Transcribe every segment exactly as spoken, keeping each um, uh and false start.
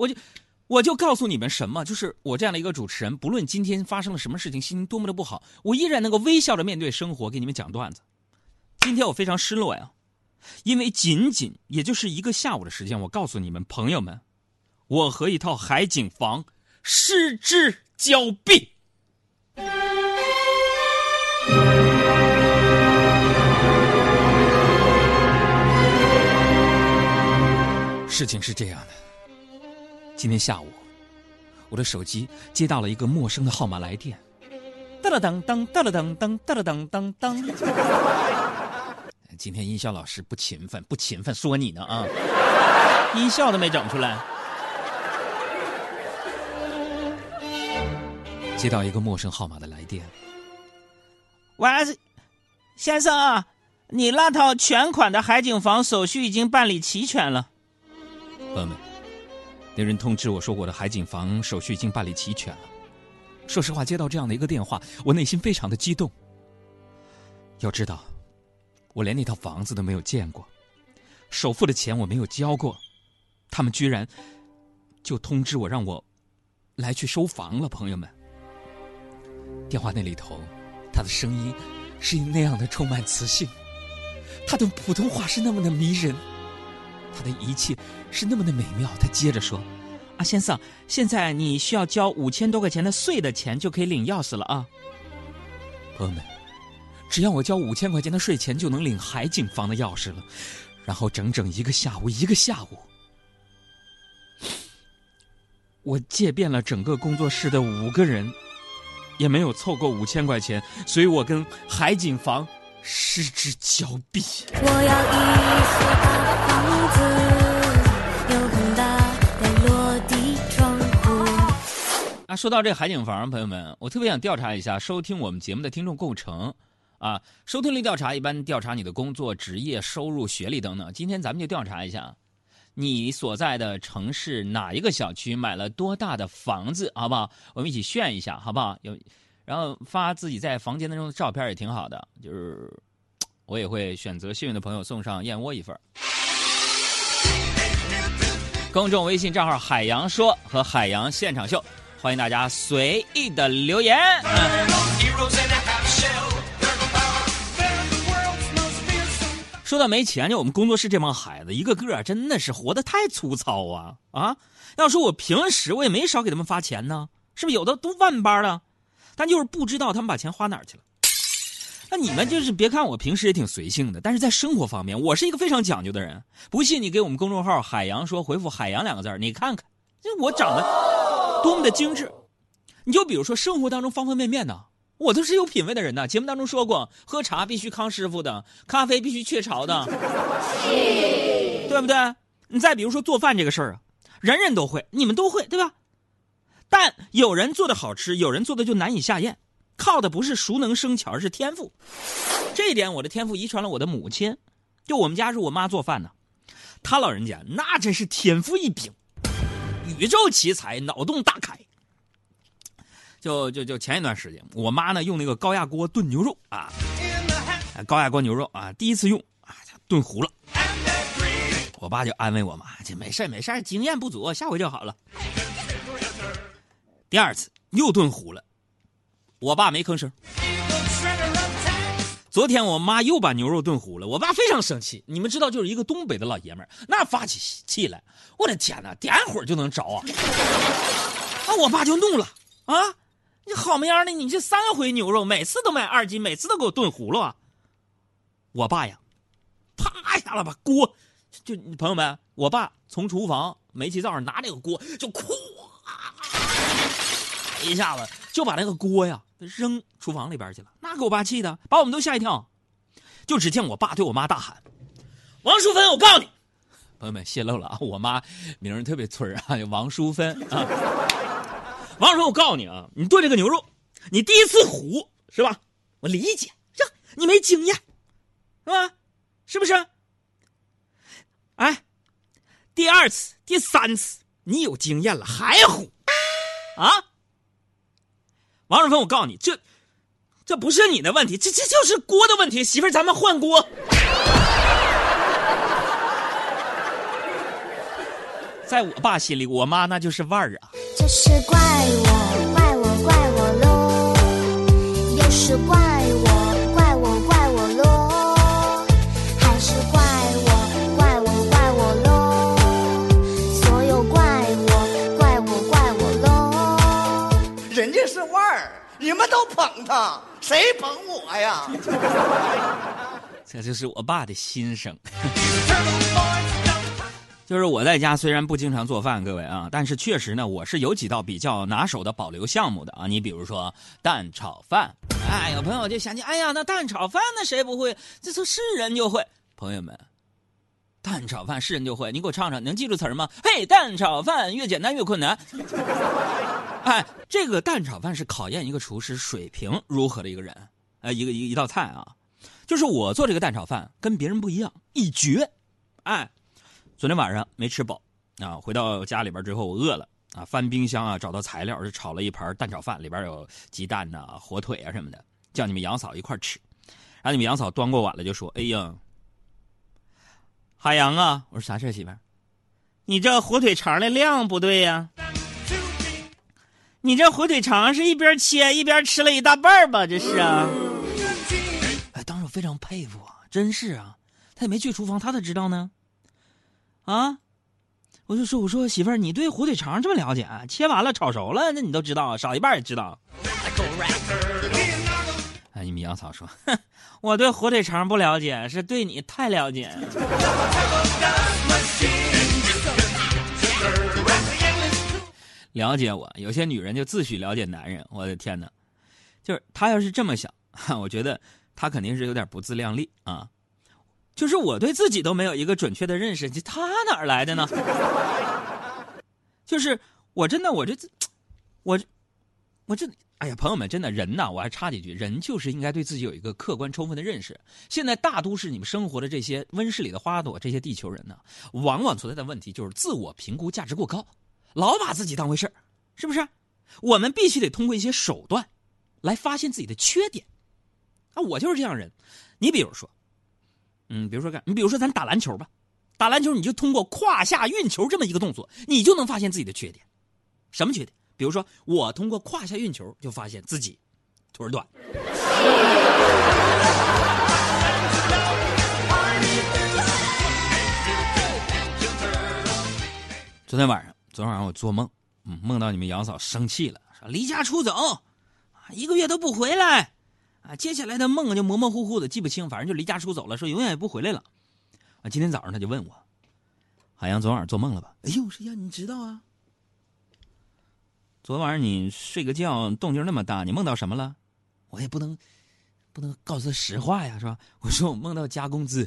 我就我就告诉你们什么，就是我这样的一个主持人，不论今天发生了什么事情，心情多么的不好，我依然能够微笑着面对生活，给你们讲段子。今天我非常失落呀，因为仅仅也就是一个下午的时间，我告诉你们朋友们，我和一套海景房失之交臂。事情是这样的，今天下午我的手机接到了一个陌生的号码来电，当了当当当了当当当了当当当。今天音效老师不勤奋，不勤奋，说你呢啊，音效都没整出来。接到一个陌生号码的来电，喂，先生啊，你那套全款的海景房手续已经办理齐全了。朋友们，那人通知我说我的海景房手续已经办理齐全了。说实话，接到这样的一个电话，我内心非常的激动。要知道，我连那套房子都没有见过，首付的钱我没有交过，他们居然就通知我让我来去收房了。朋友们，电话那里头，他的声音是那样的充满磁性，他的普通话是那么的迷人，他的语气是那么的美妙。他接着说，啊，先生，现在你需要交五千多块钱的税的钱就可以领钥匙了啊。朋友们，只要我交五千块钱的税钱就能领海景房的钥匙了。然后整整一个下午一个下午我借遍了整个工作室的五个人，也没有凑够五千块钱，所以我跟海景房失之交臂。 我要一所大房子，有很大的落地窗户。 啊，说到这个海景房，朋友们，我特别想调查一下收听我们节目的听众构成。啊，收听率调查一般调查你的工作、职业、收入、学历等等。今天咱们就调查一下，你所在的城市哪一个小区买了多大的房子，好不好？我们一起炫一下，好不好？有，然后发自己在房间当中的照片也挺好的，就是我也会选择幸运的朋友送上燕窝一份。公众微信账号海洋说和海洋现场秀，欢迎大家随意的留言。嗯说到没钱，就我们工作室这帮孩子一个个真的是活得太粗糙啊啊！要说我平时我也没少给他们发钱呢，是不是有的都万八了？但就是不知道他们把钱花哪儿去了。那你们就是别看我平时也挺随性的，但是在生活方面我是一个非常讲究的人。不信你给我们公众号海洋说回复海洋两个字，你看看这我长得多么的精致。你就比如说生活当中方方面面呢，我都是有品位的人呢。节目当中说过，喝茶必须康师傅的，咖啡必须雀巢的，对不对？你再比如说做饭这个事儿啊，人人都会，你们都会，对吧？但有人做的好吃，有人做的就难以下咽，靠的不是熟能生巧，而是天赋。这一点我的天赋遗传了我的母亲，就我们家是我妈做饭呢，她老人家那真是天赋异禀，宇宙奇才，脑洞大开。就就就前一段时间，我妈呢用那个高压锅炖牛肉啊，高压锅牛肉啊，第一次用啊，炖糊了。我爸就安慰我妈，这没事没事，经验不足，下回就好了。第二次又炖糊了，我爸没吭声。昨天我妈又把牛肉炖糊了，我爸非常生气。你们知道，就是一个东北的老爷们儿，那发起气来，我的天哪，点火就能着啊！啊，我爸就怒了啊！你好么样的，你这三回牛肉，每次都买二斤，每次都给我炖糊了啊！我爸呀，啪一下了把锅，就朋友们，我爸从厨房煤气灶上拿那个锅，就咵一下子就把那个锅呀扔厨房里边去了，那给我爸气的，把我们都吓一跳。就只见我爸对我妈大喊：“王淑芬，我告诉你！”朋友们泄露了啊，我妈名儿特别村啊，有王淑芬啊。王淑芬，我告诉你啊，你炖这个牛肉，你第一次糊是吧？我理解，呀，你没经验，是吧？是不是？哎，第二次、第三次，你有经验了还糊啊？王淑芬，我告诉你，这这不是你的问题，这这就是锅的问题。媳妇儿，咱们换锅。 在我爸心里，我妈那就是腕儿啊。 这是怪我，怪我，怪我喽，又是怪我，怪我，怪我喽，还是怪我，怪我，怪我喽，所有怪我，怪我，怪我喽。 人家是腕儿，你们都捧他，谁捧我呀？ 这就是我爸的心声。就是我在家虽然不经常做饭，各位啊，但是确实呢，我是有几道比较拿手的保留项目的啊。你比如说蛋炒饭，哎，有朋友就想起，哎呀，那蛋炒饭那谁不会？这都是人就会。朋友们，蛋炒饭是人就会，你给我唱唱，能记住词儿吗？嘿，蛋炒饭越简单越困难。哎，这个蛋炒饭是考验一个厨师水平如何的一个人，呃，一个一一道菜啊。就是我做这个蛋炒饭跟别人不一样，一绝。哎，昨天晚上没吃饱啊，回到家里边之后我饿了啊，翻冰箱啊找到材料，就炒了一盘蛋炒饭，里边有鸡蛋呐、啊、火腿啊什么的，叫你们杨嫂一块吃。然后你们杨嫂端过碗了就说：“哎呀，海洋啊！”我说：“啥事媳妇儿？你这火腿肠的量不对呀、啊，你这火腿肠是一边切一边吃了一大半吧？这是啊。”哎，当时我非常佩服啊，真是啊，他也没去厨房，他咋知道呢？啊，我就说，我说媳妇儿，你对火腿肠这么了解、啊，切完了炒熟了，那你都知道，少一半也知道。哎，你们杨嫂说，哼，我对火腿肠不了解，是对你太了解。了解我，有些女人就自诩了解男人，我的天哪！就是她要是这么想，我觉得她肯定是有点不自量力啊。就是我对自己都没有一个准确的认识，他哪儿来的呢？就是我真的，我这，我，我这，哎呀，朋友们，真的人呐，我还插几句，人就是应该对自己有一个客观充分的认识。现在大都市你们生活的这些温室里的花朵，这些地球人呢，往往存在的问题就是自我评估价值过高，老把自己当回事儿，是不是？我们必须得通过一些手段来发现自己的缺点。啊，我就是这样人。你比如说。嗯，比如说干，你比如说咱打篮球吧，打篮球你就通过胯下运球这么一个动作，你就能发现自己的缺点。什么缺点？比如说我通过胯下运球就发现自己腿短。昨天晚上，昨天晚上我做梦，嗯，梦到你们杨嫂生气了，说离家出走，啊，一个月都不回来。啊，接下来的梦就模模糊糊的记不清，反正就离家出走了，说永远也不回来了。啊，今天早上他就问我，海洋昨晚上做梦了吧？哎呦，是呀，你知道啊？昨晚上你睡个觉，动静那么大，你梦到什么了？我也不能，不能告诉他实话呀，是吧？我说我梦到加工资。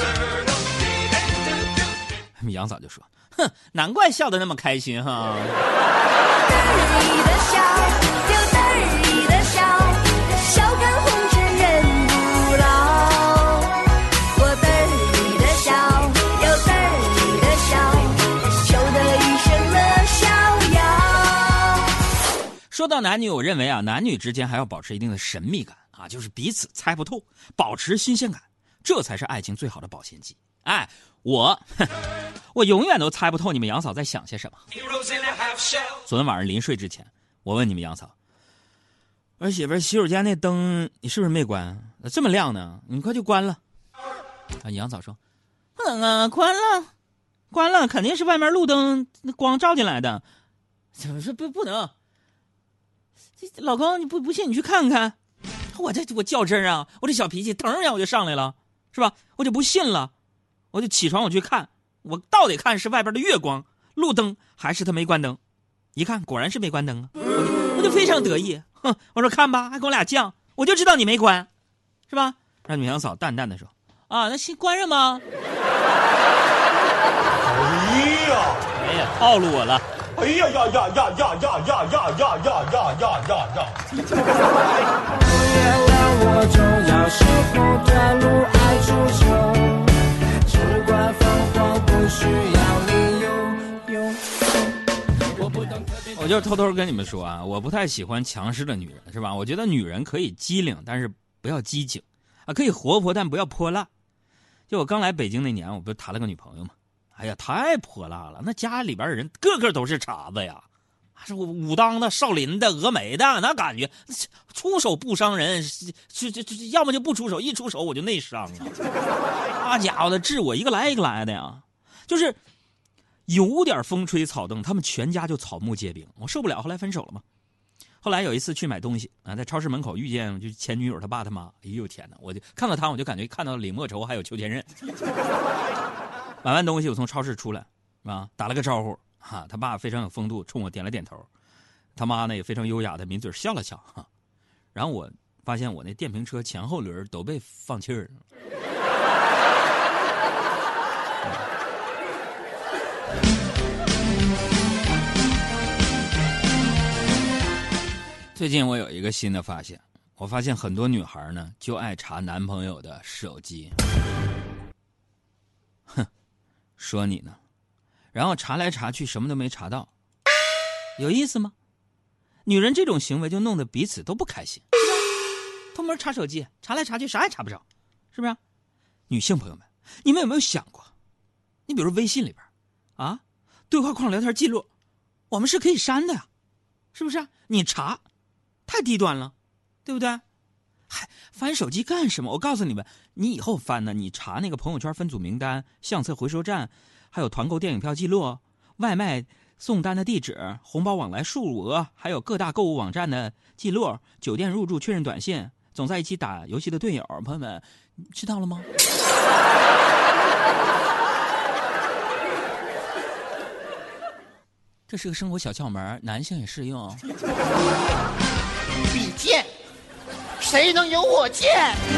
杨嫂就说：“哼，难怪笑得那么开心哈。” 得意的笑，就得意的笑。笑看红尘人不老，我得意的笑，又得意的笑，羞得一身的逍遥。 说到男女，我认为啊，男女之间还要保持一定的神秘感啊，就是彼此猜不透，保持新鲜感，这才是爱情最好的保鲜剂。哎，我，我永远都猜不透你们杨嫂在想些什么。昨天晚上临睡之前，我问你们杨嫂。我说媳妇儿，洗手间那灯你是不是没关？这么亮呢？你快去关了。啊，杨嫂说：“不能啊，关了，关了，肯定是外面路灯光照进来的。”我说不不能，老公你不不信你去看看。我这我较真啊，我这小脾气腾一下我就上来了，是吧？我就不信了，我就起床我去看，我倒得看是外边的月光、路灯还是他没关灯。一看果然是没关灯啊，我就我就非常得意。哼，我说看吧，还跟我俩犟，我就知道你没关，是吧？让女杨嫂淡淡的说：“啊，那先关上吗？” 哎呀， 哎呀，套路我了！ 哎呀呀呀呀呀呀呀呀呀呀呀呀呀呀！ 原谅我重要时候短路爱出糗，只管放话不需要理由。我不懂。 我就偷偷跟你们说啊，我不太喜欢强势的女人，是吧？我觉得女人可以机灵，但是不要激情啊，可以活泼，但不要泼辣。就我刚来北京那年，我不是谈了个女朋友嘛， 哎呀，太泼辣了！那家里边人个个都是茬子呀，是武当的、少林的、峨眉的，那感觉出手不伤人，这这这，要么就不出手，一出手我就内伤啊！那家伙的治我一个来一个来的呀，就是有点风吹草动，他们全家就草木皆兵，我受不了，后来分手了嘛。后来有一次去买东西啊，在超市门口遇见就前女友他爸他妈，哎呦天哪！我就看到他，我就感觉看到李莫愁还有邱天任。买完东西，我从超市出来啊，打了个招呼哈、啊，他爸非常有风度，冲我点了点头，他妈呢也非常优雅的抿嘴笑了笑哈、啊。然后我发现我那电瓶车前后轮都被放气儿了。最近我有一个新的发现，我发现很多女孩呢就爱查男朋友的手机。哼，说你呢，然后查来查去什么都没查到，有意思吗？女人这种行为就弄得彼此都不开心，偷摸查手机，查来查去啥也查不着，是不是？女性朋友们，你们有没有想过，你比如微信里边啊，对话框聊天记录，我们是可以删的呀，是不是？你查太低端了，对不对？嗨，翻手机干什么？我告诉你们，你以后翻呢，你查那个朋友圈分组名单、相册回收站，还有团购电影票记录、外卖送单的地址、红包往来数额，还有各大购物网站的记录、酒店入住确认短信、总在一起打游戏的队友，朋友们，知道了吗？这是个生活小窍门，男性也适用。 比剑，谁能有我剑？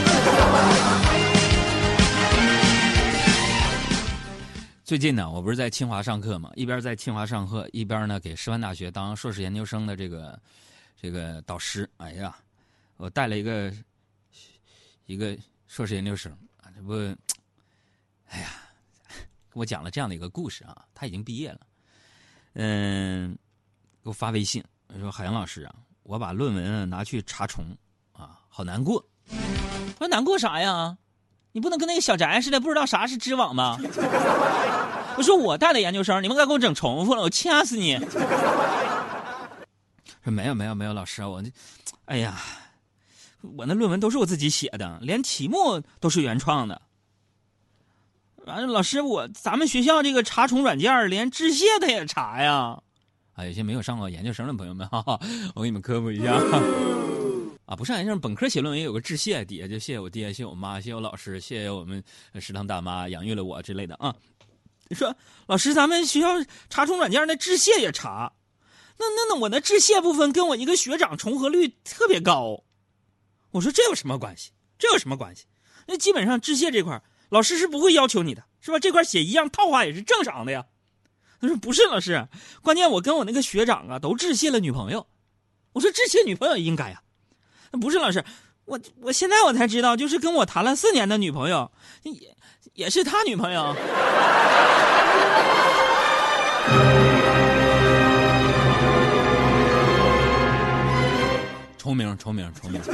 最近呢，我不是在清华上课嘛，一边在清华上课，一边呢给师范大学当硕士研究生的这个这个导师。哎呀，我带了一个一个硕士研究生啊，这不，哎呀，给我讲了这样的一个故事啊，他已经毕业了。嗯，给我发微信说：“海洋老师啊，我把论文拿去查重啊，好难过。”我说：“难过啥呀？你不能跟那个小翟似的，不知道啥是知网吗？”我说：“我带的研究生，你们该给我整重复了，我掐死你！”说：“没有没有没有，老师，我这，哎呀，我那论文都是我自己写的，连题目都是原创的。完了，老师，我咱们学校这个查重软件连致谢它也查呀。”啊，有些没有上过研究生的朋友们，哈哈，我给你们科普一下。啊，不上研究生，本科写论文也有个致谢，底下就谢谢我爹，谢谢我妈，谢谢我老师，谢谢我们食堂大妈养育了我之类的啊。说老师，咱们学校查重软件那致谢也查，那那那我那致谢部分跟我一个学长重合率特别高。我说这有什么关系？这有什么关系？那基本上致谢这块，老师是不会要求你的，是吧？这块写一样套话也是正常的呀。他说不是老师，关键我跟我那个学长啊都致谢了女朋友。我说致谢女朋友应该呀。不是老师，我我现在我才知道，就是跟我谈了四年的女朋友，也也是他女朋友。重名，重名，重名。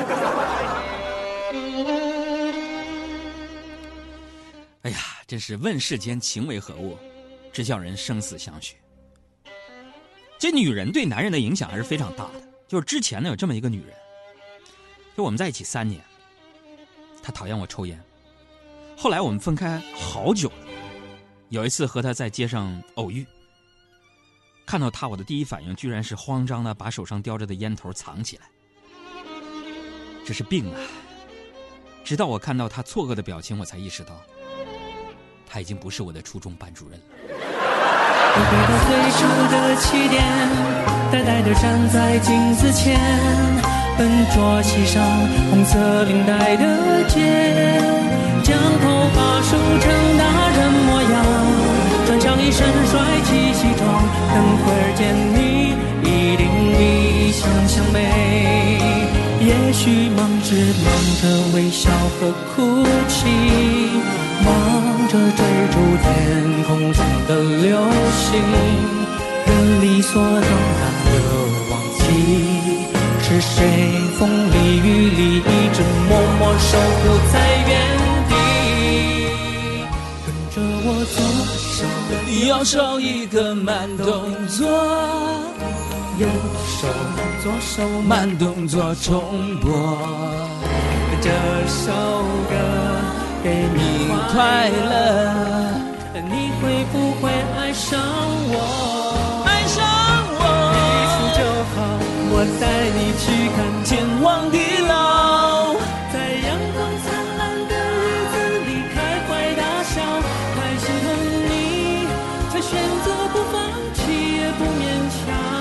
哎呀，真是问世间情为何物，直叫人生死相许。这女人对男人的影响还是非常大的。就是之前呢，有这么一个女人。就我们在一起三年，他讨厌我抽烟，后来我们分开好久了。有一次和他在街上偶遇，看到他，我的第一反应居然是慌张的把手上叼着的烟头藏起来。这是病啊！直到我看到他错愕的表情，我才意识到，他已经不是我的初中班主任了。 我回到最初的起点，呆呆地站在镜子前，笨拙系上红色领带的结，将头发梳成大人模样，穿上一身帅气西装，等会儿见你一定比想象美。也许忙着忙着微笑和哭泣，忙着追逐天空中的流星，人理所当然的忘记，是谁风里雨里一直默默守护在原地，跟着我左手右手一个慢动作， 右手左手慢动作重播。 这首歌给你快快乐， 乐， 你会不会爱上我？ 爱上一次我， 就好，我带你去看天荒地老。 在阳光灿烂的日子里开怀大笑，太心疼你，才选择不放弃也不勉强。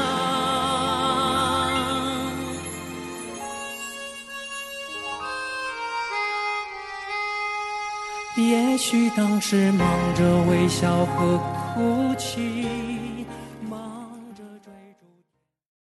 也许当时忙着微笑和哭泣，